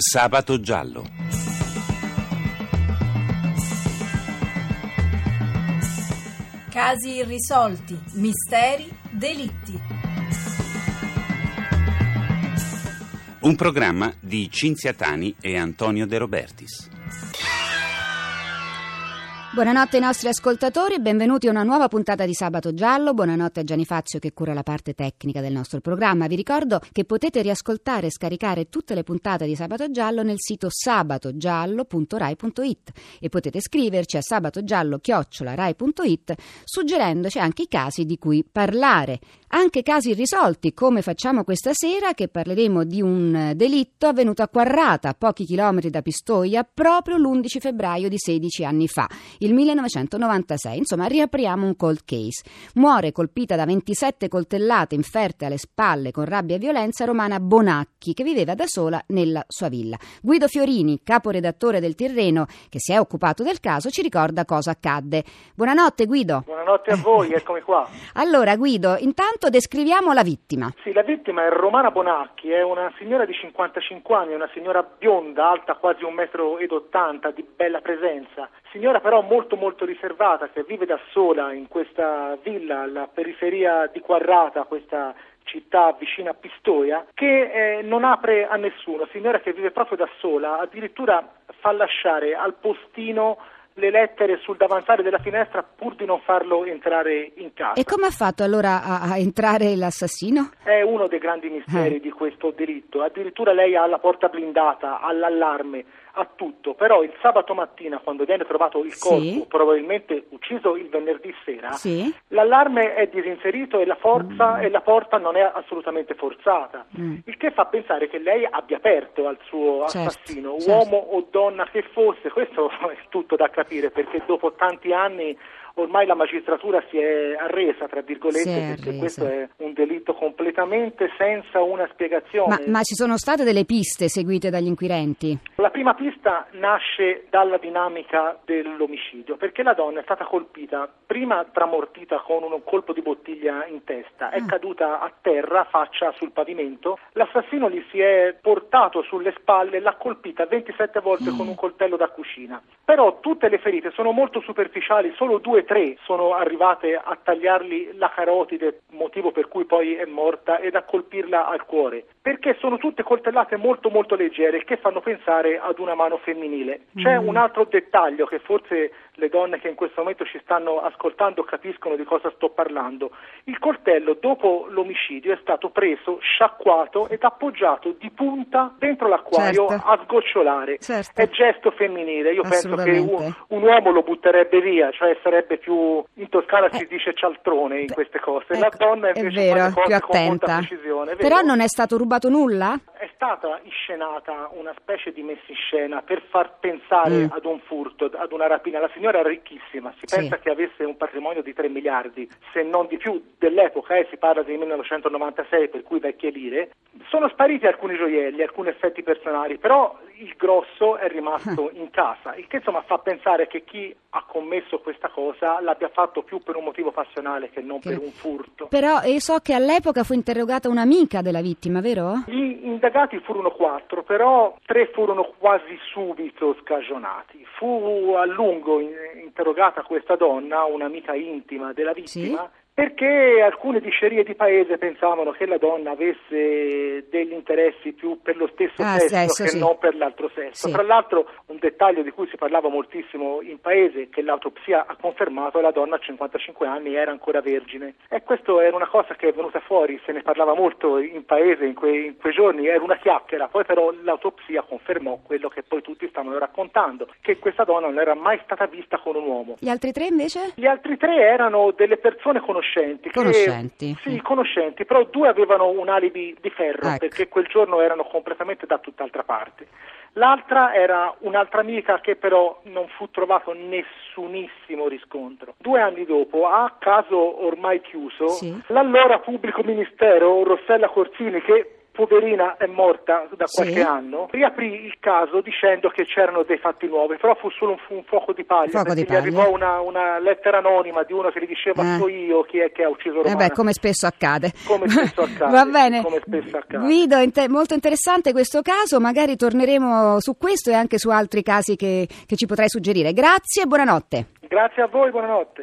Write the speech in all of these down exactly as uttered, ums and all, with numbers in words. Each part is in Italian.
Sabato giallo. Casi irrisolti, misteri, delitti. Un programma di Cinzia Tani e Antonio De Robertis. Buonanotte ai nostri ascoltatori e benvenuti a una nuova puntata di Sabato Giallo. Buonanotte a Gianni Fazio che cura la parte tecnica del nostro programma. Vi ricordo che potete riascoltare e scaricare tutte le puntate di Sabato Giallo nel sito sabatogiallo punto rai punto it e potete scriverci a sabatogiallo chiocciola rai punto it suggerendoci anche i casi di cui parlare, anche casi irrisolti come facciamo questa sera, che parleremo di un delitto avvenuto a Quarrata, a pochi chilometri da Pistoia, proprio l'undici febbraio di sedici anni fa. Il millenovecentonovantasei, insomma riapriamo un cold case. Muore colpita da ventisette coltellate inferte alle spalle con rabbia e violenza Romana Bonacchi, che viveva da sola nella sua villa. Guido Fiorini, caporedattore del Tirreno, che si è occupato del caso, ci ricorda cosa accadde. Buonanotte Guido. Buonanotte a voi, eccomi qua. Allora Guido, intanto descriviamo la vittima. Sì, la vittima è Romana Bonacchi, è una signora di cinquantacinque anni, una signora bionda, alta quasi un metro ed ottanta, di bella presenza. Signora però molto molto riservata, che vive da sola in questa villa alla periferia di Quarrata, questa città vicina a Pistoia, che eh, non apre a nessuno. Signora che vive proprio da sola, addirittura fa lasciare al postino le lettere sul davanzale della finestra pur di non farlo entrare in casa. E come ha fatto allora a, a entrare l'assassino? È uno dei grandi misteri eh. di questo delitto. Addirittura lei ha la porta blindata, ha l'allarme, ha tutto. Però il sabato mattina, quando viene trovato il corpo, sì. probabilmente ucciso il venerdì sera, sì. l'allarme è disinserito e la forza mm. e la porta non è assolutamente forzata. Mm. Il che fa pensare che lei abbia aperto al suo certo, assassino, certo. uomo o donna che fosse. Questo è tutto da capire, perché dopo tanti anni ormai la magistratura si è arresa, tra virgolette, perché arresa. Questo è un delitto completamente senza una spiegazione. Ma, ma ci sono state delle piste seguite dagli inquirenti? La prima pista nasce dalla dinamica dell'omicidio, perché la donna è stata colpita, prima tramortita con un colpo di bottiglia in testa, è ah. caduta a terra, faccia sul pavimento, l'assassino gli si è portato sulle spalle e l'ha colpita ventisette volte mm. con un coltello da cucina. Però tutte le ferite sono molto superficiali, solo due tre sono arrivate a tagliargli la carotide, motivo per cui poi è morta, ed a colpirla al cuore, perché sono tutte coltellate molto molto leggere, che fanno pensare ad una mano femminile. C'è mm. un altro dettaglio che forse le donne che in questo momento ci stanno ascoltando capiscono di cosa sto parlando. Il coltello dopo l'omicidio è stato preso, sciacquato ed appoggiato di punta dentro l'acquario certo. a sgocciolare. Certo. È gesto femminile. Io penso che un, un uomo lo butterebbe via, cioè sarebbe più, in Toscana si eh, dice cialtrone in queste cose. Ecco, la donna invece è vero, fa le cose più con molta attenta. precisione. Però non è stato rubato nulla? È stata inscenata una specie di messa in scena per far pensare mm. ad un furto, ad una rapina. La signora era ricchissima, si pensa sì. che avesse un patrimonio di tre miliardi, se non di più, dell'epoca, eh, si parla del millenovecentonovantasei, per cui vecchie lire. Sono spariti alcuni gioielli, alcuni effetti personali, però il grosso è rimasto in casa, il che insomma fa pensare che chi ha commesso questa cosa l'abbia fatto più per un motivo passionale che non che... per un furto. Però io so che all'epoca fu interrogata un'amica della vittima, vero? Gli indagati furono quattro, però tre furono quasi subito scagionati. Fu a lungo interrogata questa donna, un'amica intima della vittima, sì? perché alcune dicerie di paese pensavano che la donna avesse degli interessi più per lo stesso ah, sesso, sesso che sì. non per l'altro sesso. Sì. Tra l'altro un dettaglio di cui si parlava moltissimo in paese, che l'autopsia ha confermato, la donna a cinquantacinque anni era ancora vergine. E questo era una cosa che è venuta fuori, se ne parlava molto in paese in, que- in quei giorni, era una chiacchiera, poi però l'autopsia confermò quello che poi tutti stavano raccontando, che questa donna non era mai stata vista con un uomo. Gli altri tre invece? Gli altri tre erano delle persone conoscenti. Conoscenti. Che, sì, conoscenti, però due avevano un alibi di ferro, ecco. perché quel giorno erano completamente da tutt'altra parte. L'altra era un'altra amica che però non fu trovato nessunissimo riscontro. Due anni dopo, a caso ormai chiuso, sì. l'allora pubblico ministero Rossella Corsini, che poverina è morta da qualche Sì. anno, riaprì il caso dicendo che c'erano dei fatti nuovi, però fu solo un, fu un fuoco di paglia, Fuoco perché di gli paglia. arrivò una, una lettera anonima di uno che gli diceva Eh. so io chi è che ha ucciso Eh Romana. beh, come spesso accade. Come spesso accade, Va bene. come spesso accade. Guido, inte- molto interessante questo caso, magari torneremo su questo e anche su altri casi che, che ci potrai suggerire. Grazie e buonanotte. Grazie a voi, buonanotte.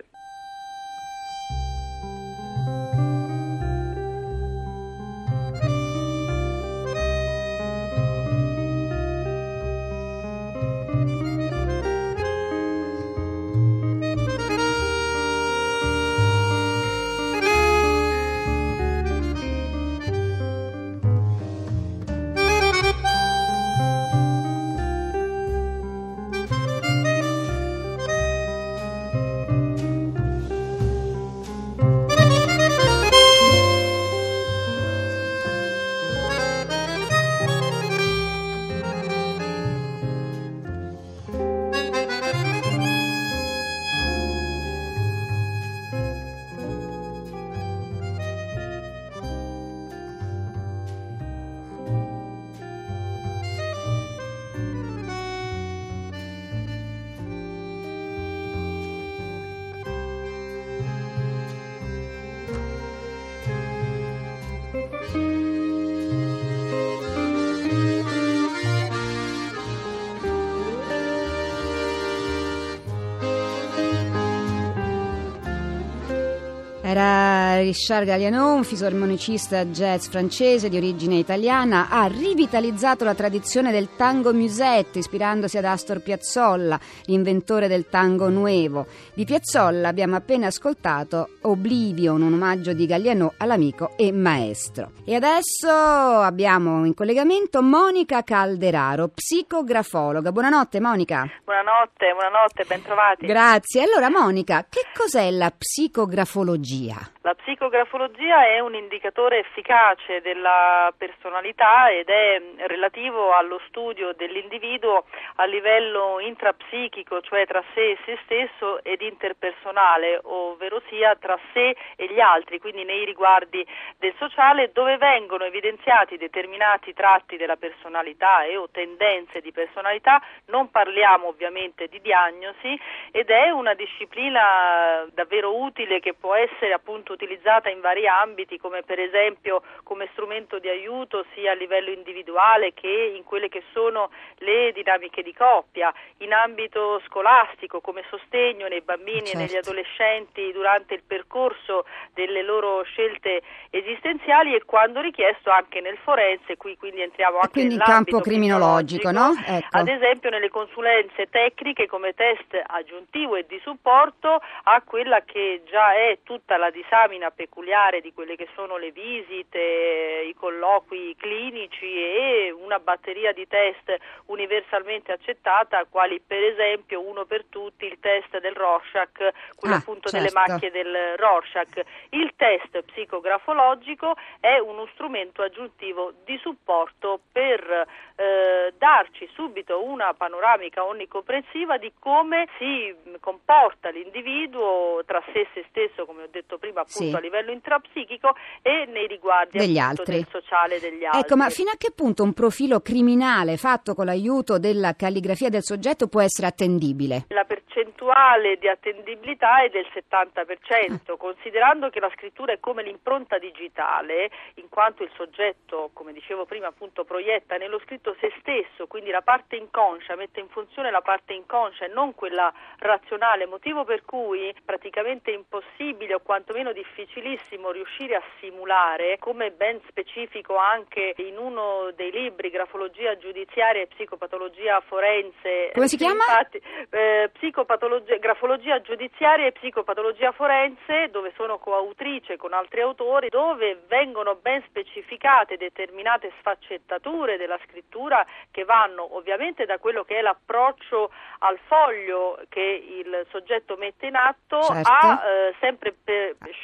Era Richard Galliano, un fisarmonicista jazz francese di origine italiana, ha rivitalizzato la tradizione del tango musette ispirandosi ad Astor Piazzolla, l'inventore del tango nuevo. Di Piazzolla abbiamo appena ascoltato Oblivion, un omaggio di Galliano all'amico e maestro. E adesso abbiamo in collegamento Monica Calderaro, psicografologa. Buonanotte Monica. Buonanotte, buonanotte, bentrovati. Grazie. Allora Monica, che cos'è la psicografologia? La psicografologia è un indicatore efficace della personalità ed è relativo allo studio dell'individuo a livello intrapsichico, cioè tra sé e se stesso, ed interpersonale, ovvero sia tra sé e gli altri, quindi nei riguardi del sociale, dove vengono evidenziati determinati tratti della personalità e o tendenze di personalità. Non parliamo ovviamente di diagnosi, ed è una disciplina davvero utile che può essere appunto utilizzata in vari ambiti, come per esempio come strumento di aiuto sia a livello individuale che in quelle che sono le dinamiche di coppia, in ambito scolastico come sostegno nei bambini certo. e negli adolescenti durante il percorso delle loro scelte esistenziali, e quando richiesto anche nel forense, qui quindi entriamo anche quindi in nell'ambito campo criminologico, no? Ecco. Ad esempio nelle consulenze tecniche come test aggiuntivo e di supporto a quella che già è tutta la disamina peculiare di quelle che sono le visite, i colloqui clinici e una batteria di test universalmente accettata, quali per esempio uno per tutti il test del Rorschach, quello ah, appunto certo. delle macchie del Rorschach. Il test psicografologico è uno strumento aggiuntivo di supporto per eh, darci subito una panoramica onnicomprensiva di come si comporta l'individuo tra sé e se stesso, come ho detto prima, appunto sì. a livello intrapsichico e nei riguardi degli appunto altri. del sociale degli altri. Ecco, ma fino a che punto un profilo criminale fatto con l'aiuto della calligrafia del soggetto può essere attendibile? La percentuale di attendibilità è del settanta per cento, considerando che la scrittura è come l'impronta digitale, in quanto il soggetto, come dicevo prima, appunto proietta nello scritto se stesso, quindi la parte inconscia, mette in funzione la parte inconscia e non quella razionale, motivo per cui praticamente è impossibile o quantomeno difficilissimo riuscire a simulare, come ben specifico anche in uno dei libri, Grafologia giudiziaria e psicopatologia forense. Come si chiama? Infatti, eh, psicopatologia, grafologia giudiziaria e psicopatologia forense, dove sono coautrice con altri autori, dove vengono ben specificate determinate sfaccettature della scrittura che vanno ovviamente da quello che è l'approccio al foglio che il soggetto mette in atto certo. a eh, sempre per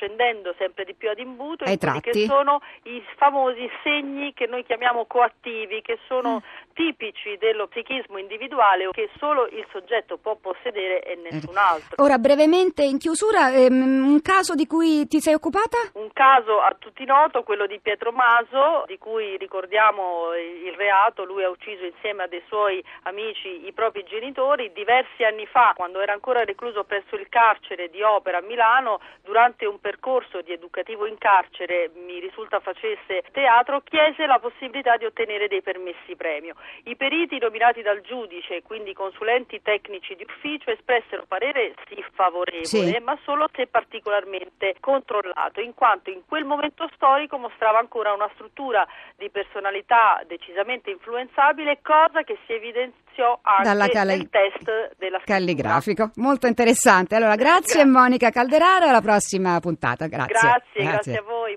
scendendo sempre di più ad imbuto Ai in quelli tratti. che sono i famosi segni che noi chiamiamo coattivi, che sono mm. tipici dello psichismo individuale, che solo il soggetto può possedere e nessun altro. Ora, brevemente, in chiusura, ehm, un caso di cui ti sei occupata? Un caso a tutti noto, quello di Pietro Maso, di cui ricordiamo il reato. Lui ha ucciso insieme a dei suoi amici i propri genitori diversi anni fa, quando era ancora recluso presso il carcere di Opera a Milano. Durante un percorso di educativo in carcere, mi risulta facesse teatro, chiese la possibilità di ottenere dei permessi premio. I periti nominati dal giudice, quindi consulenti tecnici di ufficio, espressero parere sì favorevole, sì. ma solo se particolarmente controllato, in quanto in quel momento storico mostrava ancora una struttura di personalità decisamente influenzabile, cosa che si evidenziò anche Dalla cal- nel test della scrittura. Calligrafico. Molto interessante. Allora, grazie, grazie. Monica Calderaro, alla prossima puntata. Grazie. Grazie, grazie, grazie a voi.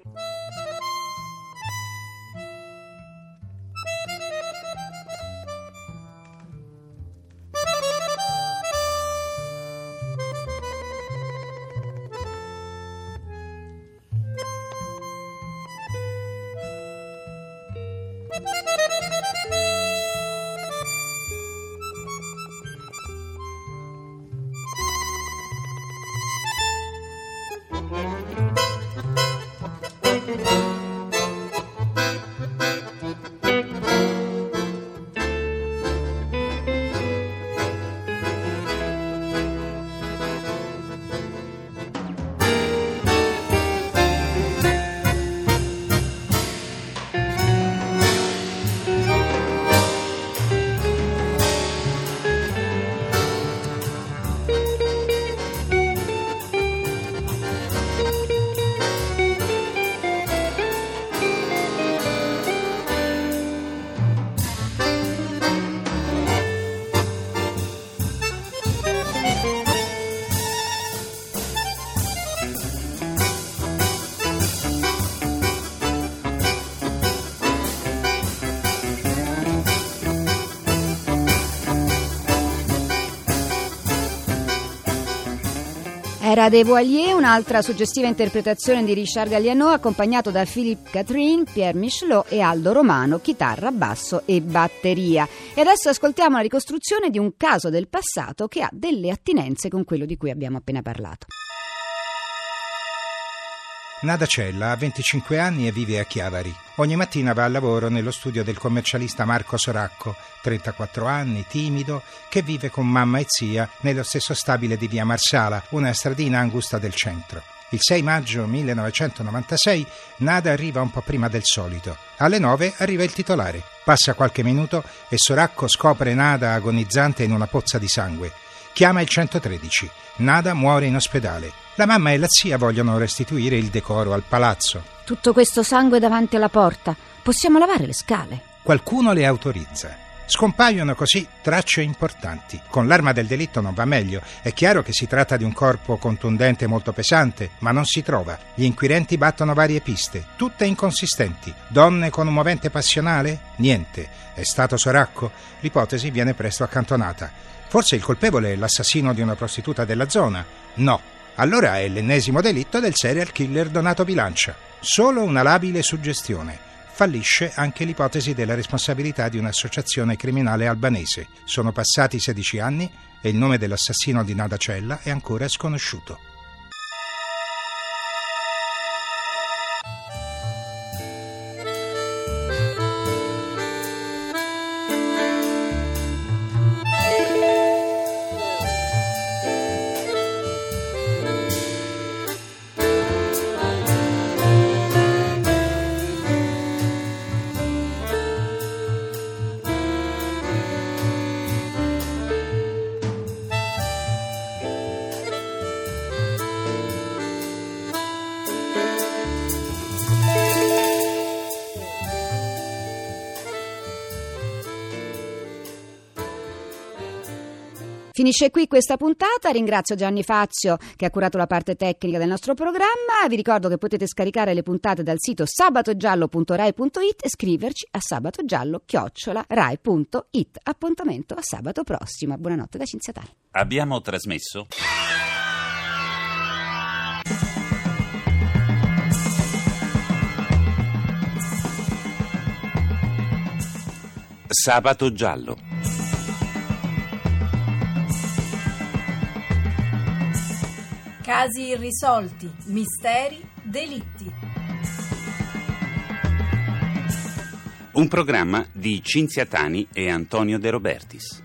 Era De Voilier, un'altra suggestiva interpretazione di Richard Galliano, accompagnato da Philippe Catherine, Pierre Michelot e Aldo Romano, chitarra, basso e batteria. E adesso ascoltiamo la ricostruzione di un caso del passato che ha delle attinenze con quello di cui abbiamo appena parlato. Nada Cella ha venticinque anni e vive a Chiavari. Ogni mattina va al lavoro nello studio del commercialista Marco Soracco, trentaquattro anni, timido, che vive con mamma e zia nello stesso stabile di via Marsala, una stradina angusta del centro. Il sei maggio millenovecentonovantasei Nada arriva un po' prima del solito. Alle nove arriva il titolare. Passa qualche minuto e Soracco scopre Nada agonizzante in una pozza di sangue. Chiama il centotredici. Nada muore in ospedale. La mamma e la zia vogliono restituire il decoro al palazzo. Tutto questo sangue davanti alla porta. Possiamo lavare le scale? Qualcuno le autorizza. Scompaiono così tracce importanti. Con l'arma del delitto non va meglio. È chiaro che si tratta di un corpo contundente e molto pesante, ma non si trova. Gli inquirenti battono varie piste, tutte inconsistenti. Donne con un movente passionale? Niente. È stato Soracco? L'ipotesi viene presto accantonata. Forse il colpevole è l'assassino di una prostituta della zona? No. Allora è l'ennesimo delitto del serial killer Donato Bilancia. Solo una labile suggestione. Fallisce anche l'ipotesi della responsabilità di un'associazione criminale albanese. Sono passati sedici anni e il nome dell'assassino di Nada Cella è ancora sconosciuto. Finisce qui questa puntata, ringrazio Gianni Fazio che ha curato la parte tecnica del nostro programma, vi ricordo che potete scaricare le puntate dal sito sabatogiallo punto rai punto it e scriverci a sabatogiallo chiocciola rai punto it. Appuntamento a sabato prossimo, buonanotte da Cinzia Tani. Abbiamo trasmesso Sabato giallo. Casi irrisolti, misteri, delitti. Un programma di Cinzia Tani e Antonio De Robertis.